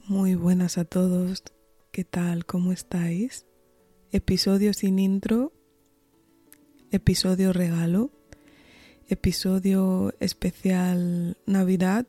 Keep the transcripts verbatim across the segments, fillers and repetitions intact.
Muy buenas a todos, ¿qué tal? ¿Cómo estáis? Episodio sin intro, episodio regalo, episodio especial Navidad.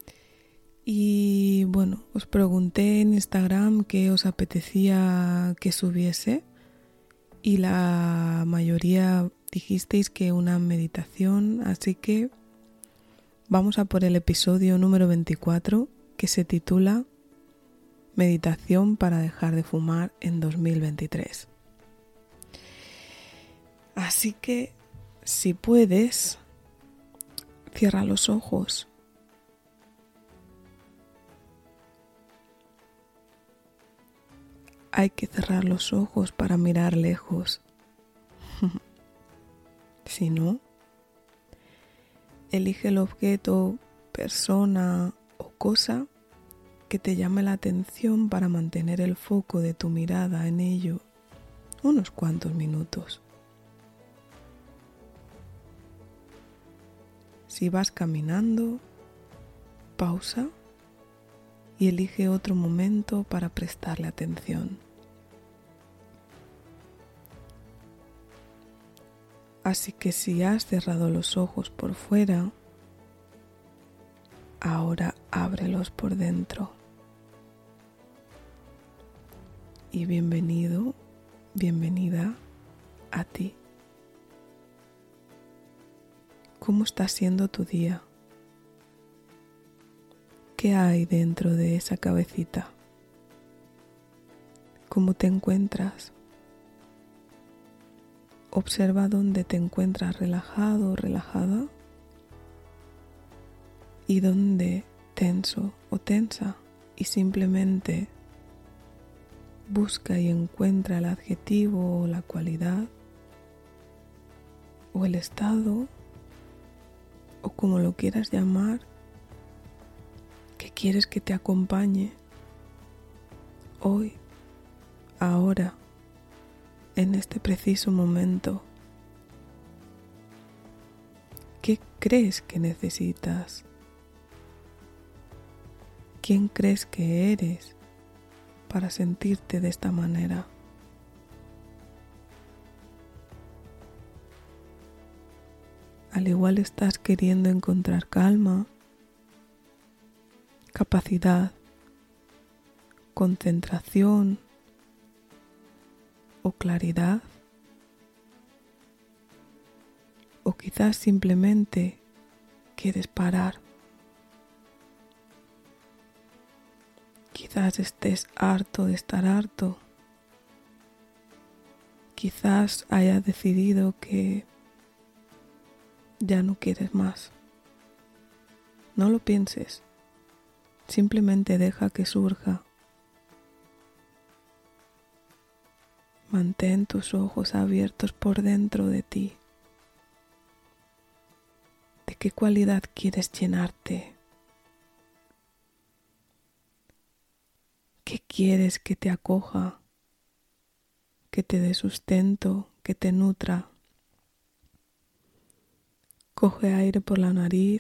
Y bueno, os pregunté en Instagram qué os apetecía que subiese y la mayoría dijisteis que una meditación, así que vamos a por el episodio número veinticuatro, que se titula Meditación para dejar de fumar en dos mil veintitrés. Así que, si puedes, cierra los ojos. Hay que cerrar los ojos para mirar lejos. Si no, elige el objeto, persona o cosa que te llame la atención para mantener el foco de tu mirada en ello unos cuantos minutos. Si vas caminando, pausa y elige otro momento para prestarle atención. Así que si has cerrado los ojos por fuera, ahora ábrelos por dentro. Y bienvenido, bienvenida a ti. ¿Cómo está siendo tu día? ¿Qué hay dentro de esa cabecita? ¿Cómo te encuentras? Observa dónde te encuentras relajado o relajada y dónde tenso o tensa, y simplemente busca y encuentra el adjetivo o la cualidad o el estado o como lo quieras llamar que quieres que te acompañe hoy, ahora, en este preciso momento. ¿Qué crees que necesitas? ¿Quién crees que eres para sentirte de esta manera? Al igual estás queriendo encontrar calma, capacidad, concentración o claridad, o quizás simplemente quieres parar. Quizás estés harto de estar harto. Quizás hayas decidido que ya no quieres más. No lo pienses, simplemente deja que surja. Mantén tus ojos abiertos por dentro de ti. ¿De qué cualidad quieres llenarte? ¿Qué quieres que te acoja, que te dé sustento, que te nutra? Coge aire por la nariz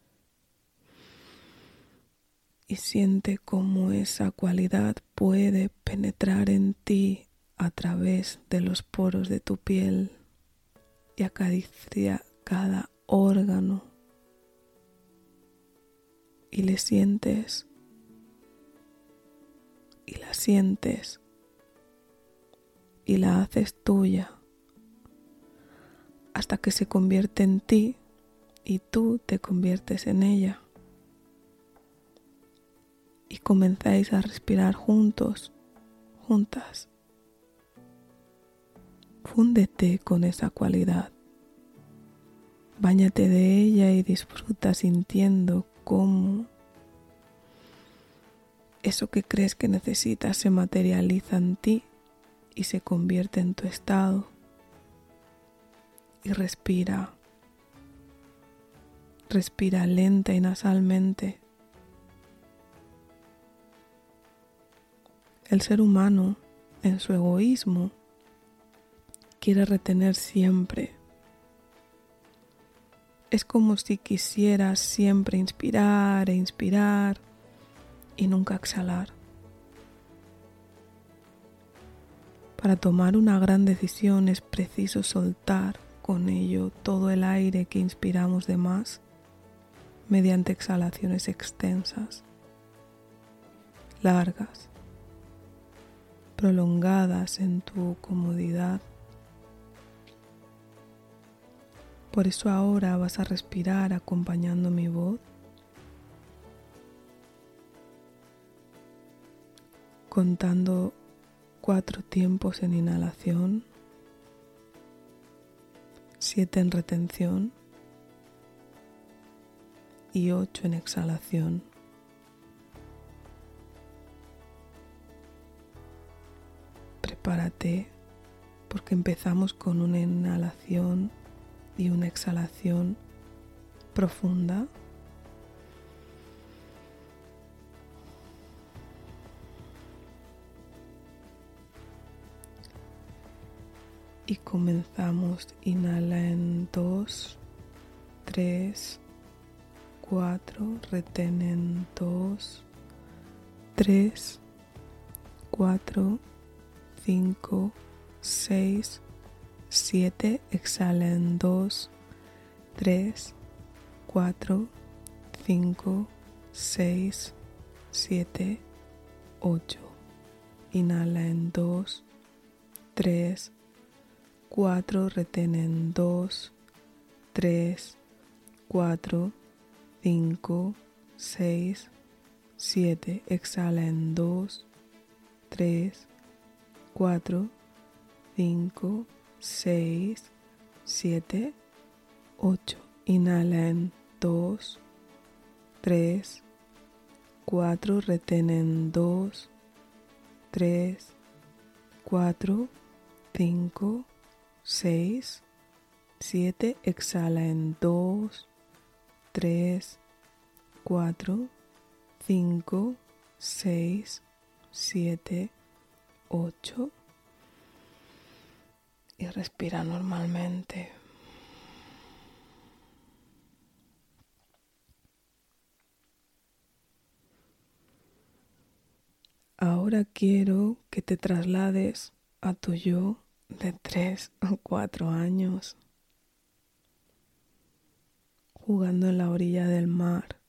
y siente cómo esa cualidad puede penetrar en ti a través de los poros de tu piel y acaricia cada órgano y le sientes y la sientes y la haces tuya hasta que se convierte en ti y tú te conviertes en ella y comenzáis a respirar juntos, juntas. Fúndete con esa cualidad, báñate de ella y disfruta sintiendo cómo eso que crees que necesitas se materializa en ti y se convierte en tu estado. Y respira, respira lenta y nasalmente. El ser humano, en su egoísmo, quiere retener siempre. Es como si quisieras siempre inspirar e inspirar y nunca exhalar. Para tomar una gran decisión es preciso soltar con ello todo el aire que inspiramos de más mediante exhalaciones extensas, largas, prolongadas en tu comodidad. Por eso ahora vas a respirar acompañando mi voz, contando cuatro tiempos en inhalación, siete en retención y ocho en exhalación. Prepárate porque empezamos con una inhalación y una exhalación profunda. Y comenzamos. Inhala en dos, tres, cuatro. Retén en dos, tres, cuatro, cinco, seis, siete. Exhala en dos, tres, cuatro, cinco, seis, siete, ocho. Inhala en dos, tres, cuatro, retén en dos, tres, cuatro, cinco, seis, siete. Exhala en dos, tres, cuatro, cinco, seis, siete, ocho. Inhala en dos, tres, cuatro, retén en dos, tres, cuatro, cinco, seis, siete. Exhala en dos, tres, cuatro, cinco, seis, siete, ocho. Y respira normalmente. Ahora quiero que te traslades a tu yo de tres o cuatro años, jugando en la orilla del mar.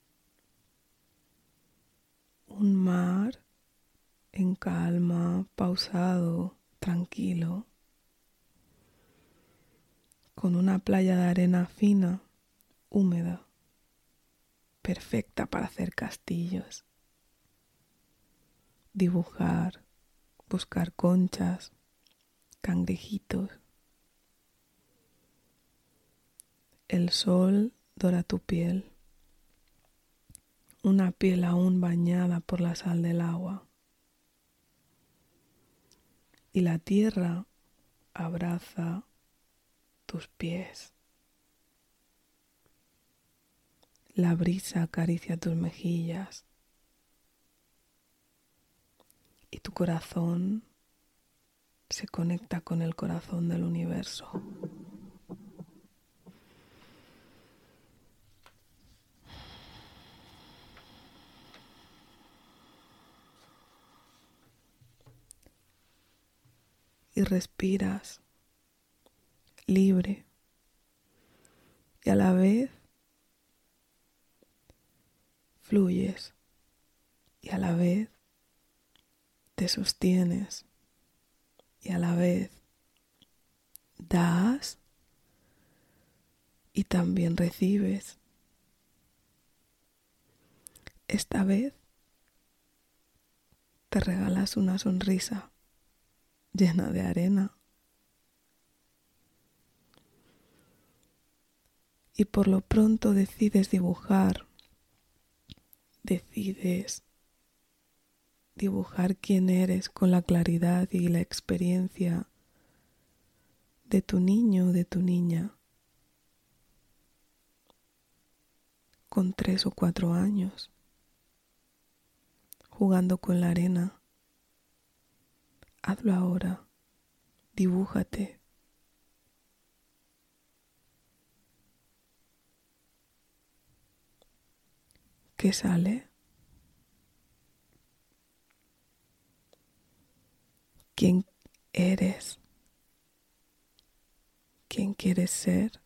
Un mar en calma, pausado, tranquilo, con una playa de arena fina, húmeda, perfecta para hacer castillos, dibujar, buscar conchas, cangrejitos. El sol dora tu piel, una piel aún bañada por la sal del agua. Y la tierra abraza tus pies. La brisa acaricia tus mejillas. Y tu corazón se conecta con el corazón del universo. Y respiras libre y a la vez fluyes y a la vez te sostienes y a la vez das y también recibes. Esta vez te regalas una sonrisa llena de arena. Y por lo pronto decides dibujar, decides dibujar quién eres con la claridad y la experiencia de tu niño o de tu niña con tres o cuatro años, jugando con la arena. Hazlo ahora, dibújate. ¿Qué sale? ¿Quién eres, quién quieres ser.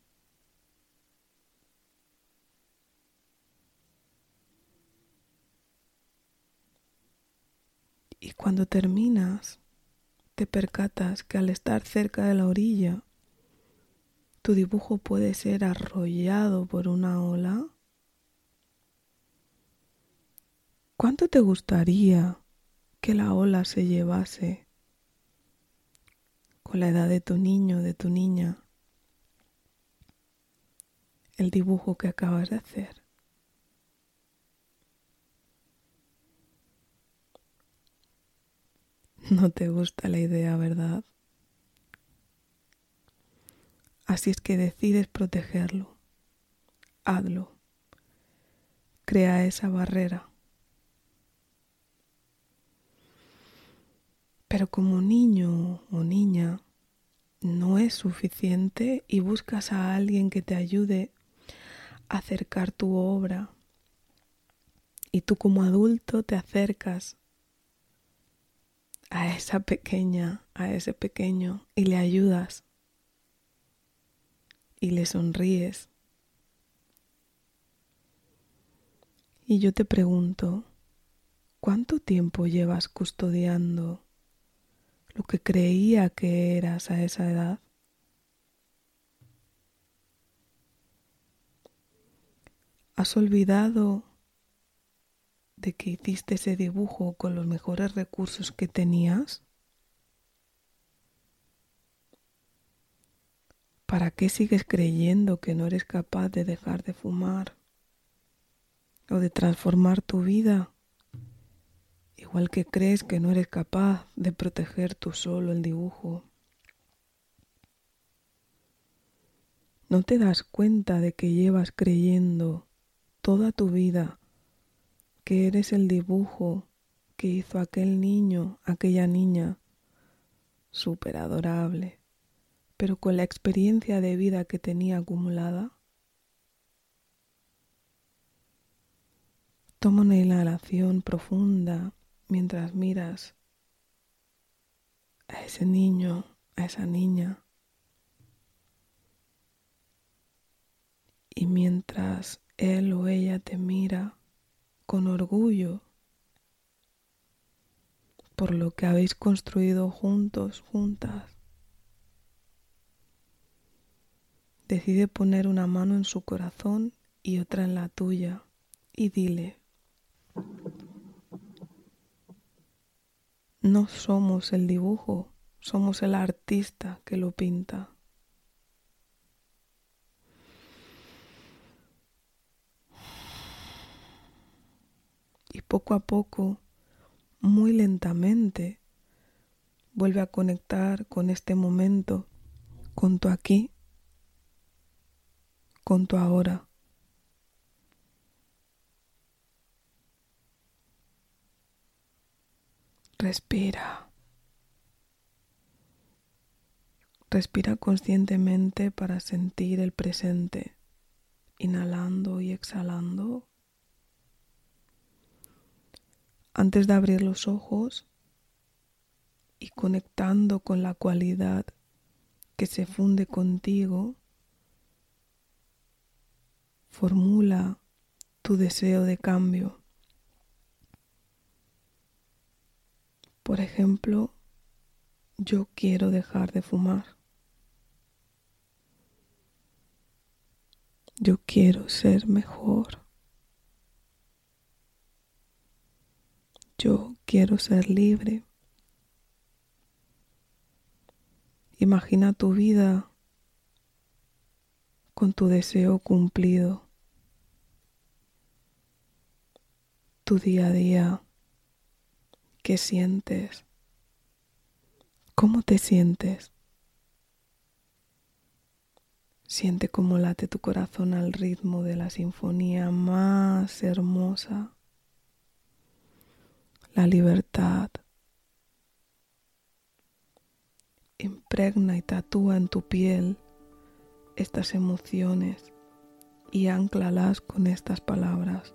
Y cuando terminas, te percatas que al estar cerca de la orilla, tu dibujo puede ser arrollado por una ola. ¿Cuánto te gustaría que la ola se llevase con la edad de tu niño, de tu niña, el dibujo que acabas de hacer? No te gusta la idea, ¿verdad? Así es que decides protegerlo. Hazlo. Crea esa barrera. Pero como niño o niña no es suficiente y buscas a alguien que te ayude a acercar tu obra. Y tú como adulto te acercas a esa pequeña, a ese pequeño y le ayudas y le sonríes. Y yo te pregunto, ¿cuánto tiempo llevas custodiando lo que creía que eras a esa edad? ¿Has olvidado de que hiciste ese dibujo con los mejores recursos que tenías? ¿Para qué sigues creyendo que no eres capaz de dejar de fumar o de transformar tu vida? Igual que crees que no eres capaz de proteger tú solo el dibujo. ¿No te das cuenta de que llevas creyendo toda tu vida que eres el dibujo que hizo aquel niño, aquella niña, súper adorable, pero con la experiencia de vida que tenía acumulada? Toma una inhalación profunda mientras miras a ese niño, a esa niña. Y mientras él o ella te mira con orgullo por lo que habéis construido juntos, juntas, decide poner una mano en su corazón y otra en la tuya y dile: no somos el dibujo, somos el artista que lo pinta. Y poco a poco, muy lentamente, vuelve a conectar con este momento, con tu aquí, con tu ahora. Respira. Respira conscientemente para sentir el presente, inhalando y exhalando. Antes de abrir los ojos y conectando con la cualidad que se funde contigo, formula tu deseo de cambio. Por ejemplo, yo quiero dejar de fumar. Yo quiero ser mejor. Yo quiero ser libre. Imagina tu vida con tu deseo cumplido. Tu día a día. ¿Qué sientes? ¿Cómo te sientes? Siente cómo late tu corazón al ritmo de la sinfonía más hermosa. La libertad. Impregna y tatúa en tu piel estas emociones y ánclalas con estas palabras.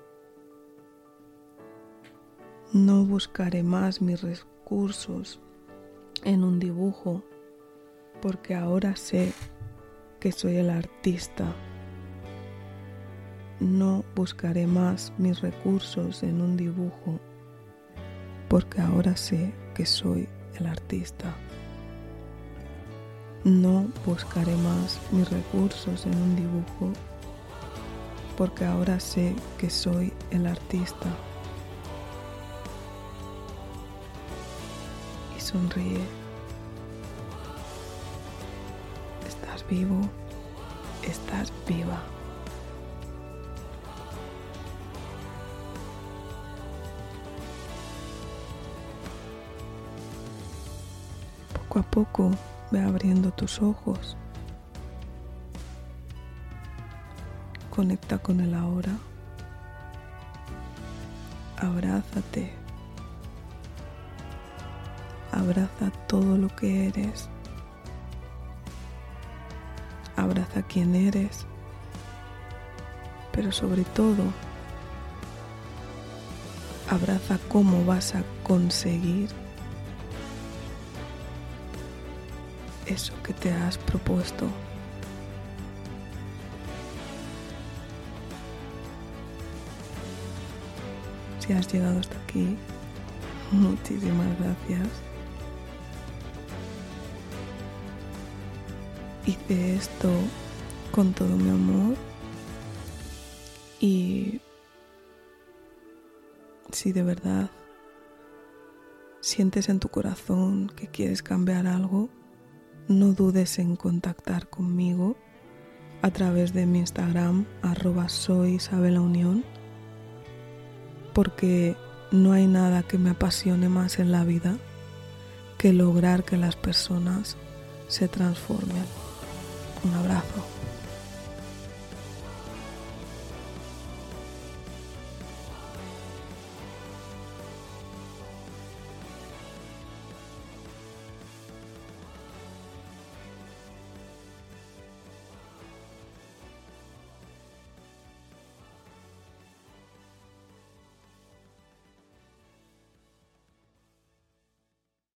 No buscaré más mis recursos en un dibujo porque ahora sé que soy el artista. No buscaré más mis recursos en un dibujo porque ahora sé que soy el artista. No buscaré más mis recursos en un dibujo porque ahora sé que soy el artista. Y sonríe. Estás vivo, estás viva. Poco a poco ve abriendo tus ojos. Conecta con el ahora. Abrázate. Abraza todo lo que eres. Abraza quién eres. Pero sobre todo, abraza cómo vas a conseguir eso que te has propuesto. Si has llegado hasta aquí, muchísimas gracias. Hice esto con todo mi amor y si de verdad sientes en tu corazón que quieres cambiar algo, no dudes en contactar conmigo a través de mi Instagram, arroba soy Isabela Unión, porque no hay nada que me apasione más en la vida que lograr que las personas se transformen. Un abrazo.